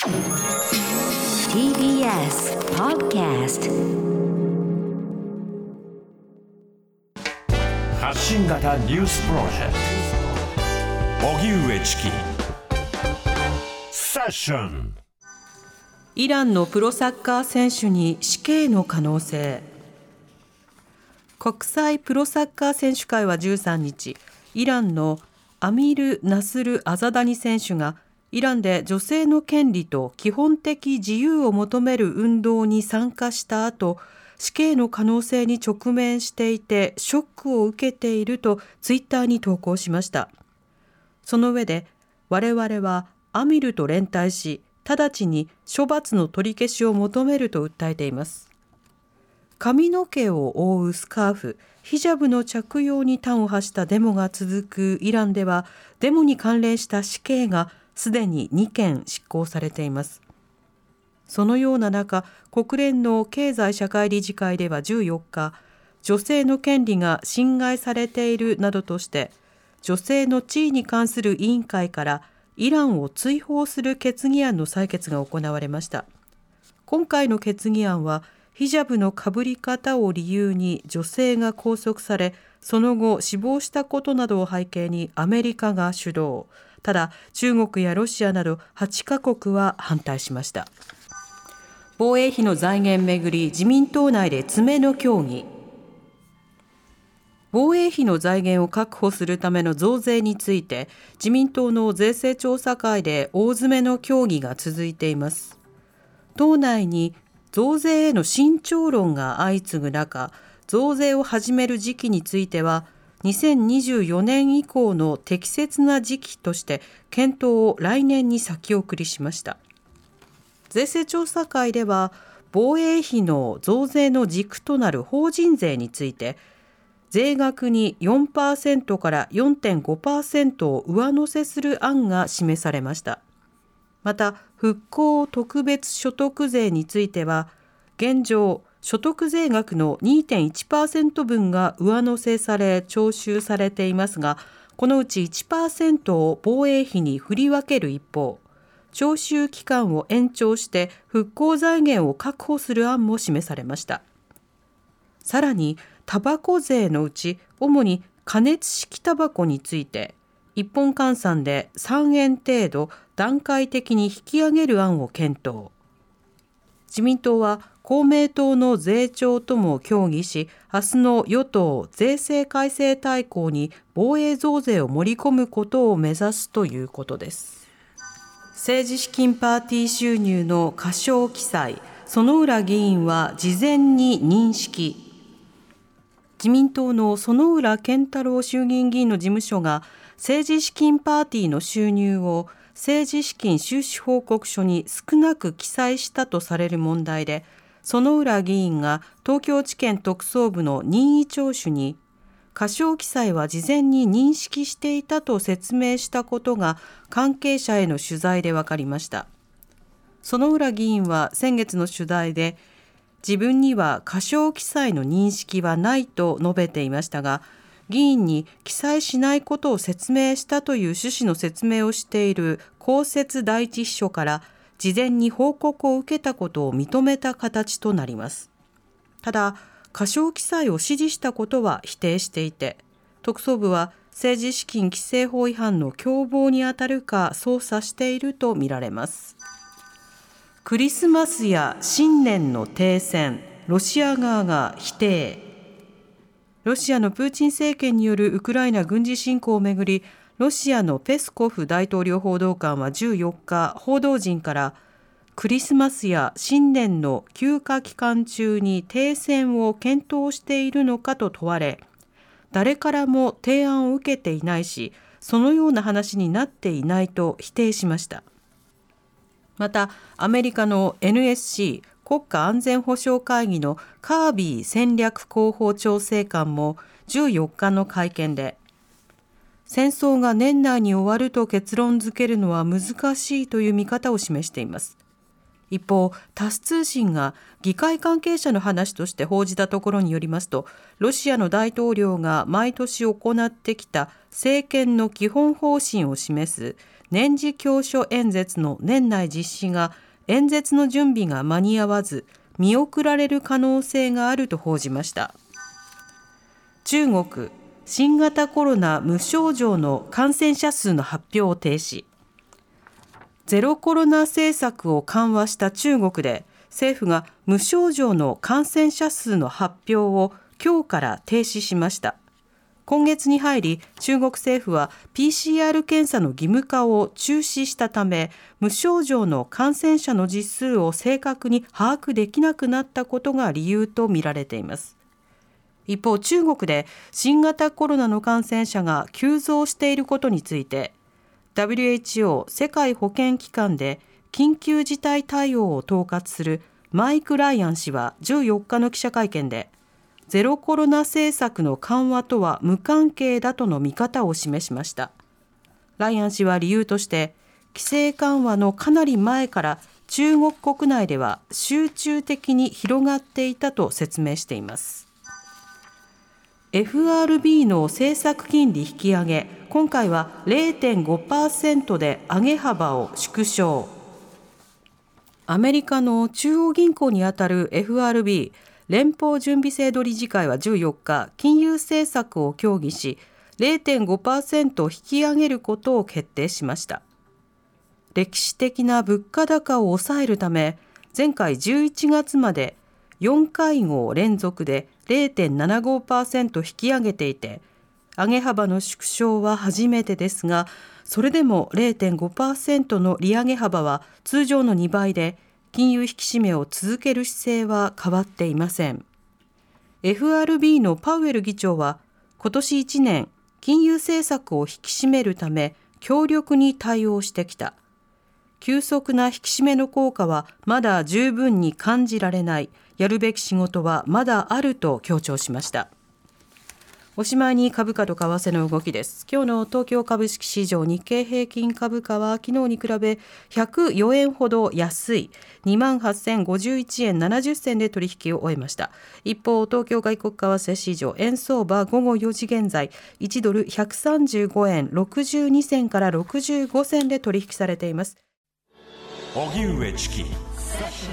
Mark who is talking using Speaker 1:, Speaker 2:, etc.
Speaker 1: TBS Podcast
Speaker 2: 発信型ニュースプロジェクト荻上チキセッション。
Speaker 3: イランのプロサッカー選手に死刑の可能性。国際プロサッカー選手会は13日、イランのアミル・ナスル・アザダニ選手がイランで女性の権利と基本的自由を求める運動に参加した後、死刑の可能性に直面していてショックを受けているとツイッターに投稿しました。その上で、我々はアミルと連帯し、直ちに処罰の取り消しを求めると訴えています。髪の毛を覆うスカーフ、ヒジャブの着用に端を発したデモが続くイランでは、デモに関連した死刑がすでに2件執行されています。そのような中、国連の経済社会理事会では14日、女性の権利が侵害されているなどとして、女性の地位に関する委員会からイランを追放する決議案の採決が行われました。今回の決議案は、ヒジャブのかぶり方を理由に女性が拘束され、その後死亡したことなどを背景にアメリカが主導。ただ、中国やロシアなど8カ国は反対しました。防衛費の財源めぐり、自民党内で詰めの協議。防衛費の財源を確保するための増税について、自民党の税制調査会で大詰めの協議が続いています。党内に増税への慎重論が相次ぐ中、増税を始める時期については、2024年以降の適切な時期として検討を来年に先送りしました。税制調査会では、防衛費の増税の軸となる法人税について、税額に 4% から 4.5% を上乗せする案が示されました。また、復興特別所得税については、現状、所得税額の 2.1% 分が上乗せされ徴収されていますが、このうち 1% を防衛費に振り分ける一方、徴収期間を延長して復興財源を確保する案も示されました。さらに、タバコ税のうち、主に加熱式タバコについて、1本換算で3円程度段階的に引き上げる案を検討。自民党は公明党の税調とも協議し、明日の与党税制改正大綱に防衛増税を盛り込むことを目指すということです。政治資金パーティー収入の過少記載、薗浦議員は事前に認識。自民党の薗浦健太郎衆議院議員の事務所が政治資金パーティーの収入を政治資金収支報告書に少なく記載したとされる問題で、薗浦議員が東京地検特捜部の任意聴取に、過少記載は事前に認識していたと説明したことが関係者への取材で分かりました。薗浦議員は先月の取材で、自分には過少記載の認識はないと述べていましたが、議員に記載しないことを説明したという趣旨の説明をしている公設第一秘書から事前に報告を受けたことを認めた形となります。ただ、過少記載を指示したことは否定していて、特捜部は政治資金規正法違反の共謀にあたるか捜査しているとみられます。クリスマスや新年の停戦、ロシア側が否定。ロシアのプーチン政権によるウクライナ軍事侵攻をめぐり、ロシアのペスコフ大統領報道官は14日、報道陣からクリスマスや新年の休暇期間中に停戦を検討しているのかと問われ、誰からも提案を受けていないし、そのような話になっていないと否定しました。また、アメリカの NSC 国家安全保障会議のカービー戦略広報調整官も14日の会見で、戦争が年内に終わると結論付けるのは難しいという見方を示しています。一方、タス通信が議会関係者の話として報じたところによりますと、ロシアの大統領が毎年行ってきた政権の基本方針を示す年次教書演説の年内実施が演説の準備が間に合わず見送られる可能性があると報じました。中国、新型コロナ無症状の感染者数の発表を停止。ゼロコロナ政策を緩和した中国で政府が無症状の感染者数の発表を今日から停止しました。今月に入り中国政府は PCR 検査の義務化を中止したため、無症状の感染者の実数を正確に把握できなくなったことが理由とみられています。一方、中国で新型コロナの感染者が急増していることについてWHO 世界保健機関で緊急事態対応を統括するマイク・ライアン氏は14日の記者会見で、ゼロコロナ政策の緩和とは無関係だとの見方を示しました。ライアン氏は理由として、規制緩和のかなり前から中国国内では集中的に広がっていたと説明しています。FRB の政策金利引き上げ、今回は 0.5% で上げ幅を縮小。アメリカの中央銀行にあたる FRB 連邦準備制度理事会は14日、金融政策を協議し 0.5% 引き上げることを決定しました。歴史的な物価高を抑えるため、前回11月まで4会合連続で 0.75% 引き上げていて、上げ幅の縮小は初めてですが、それでも 0.5% の利上げ幅は通常の2倍で、金融引き締めを続ける姿勢は変わっていません。FRB のパウエル議長は、今年1年、金融政策を引き締めるため強力に対応してきた。急速な引き締めの効果はまだ十分に感じられない。やるべき仕事はまだあると強調しました。おしまいに株価と為替の動きです。今日の東京株式市場、日経平均株価は昨日に比べ104円ほど安い 28,051 円70銭で取引を終えました。一方、東京外国為替市場、円相場午後4時現在1ドル135円62銭から65銭で取引されています。
Speaker 2: 荻上チキ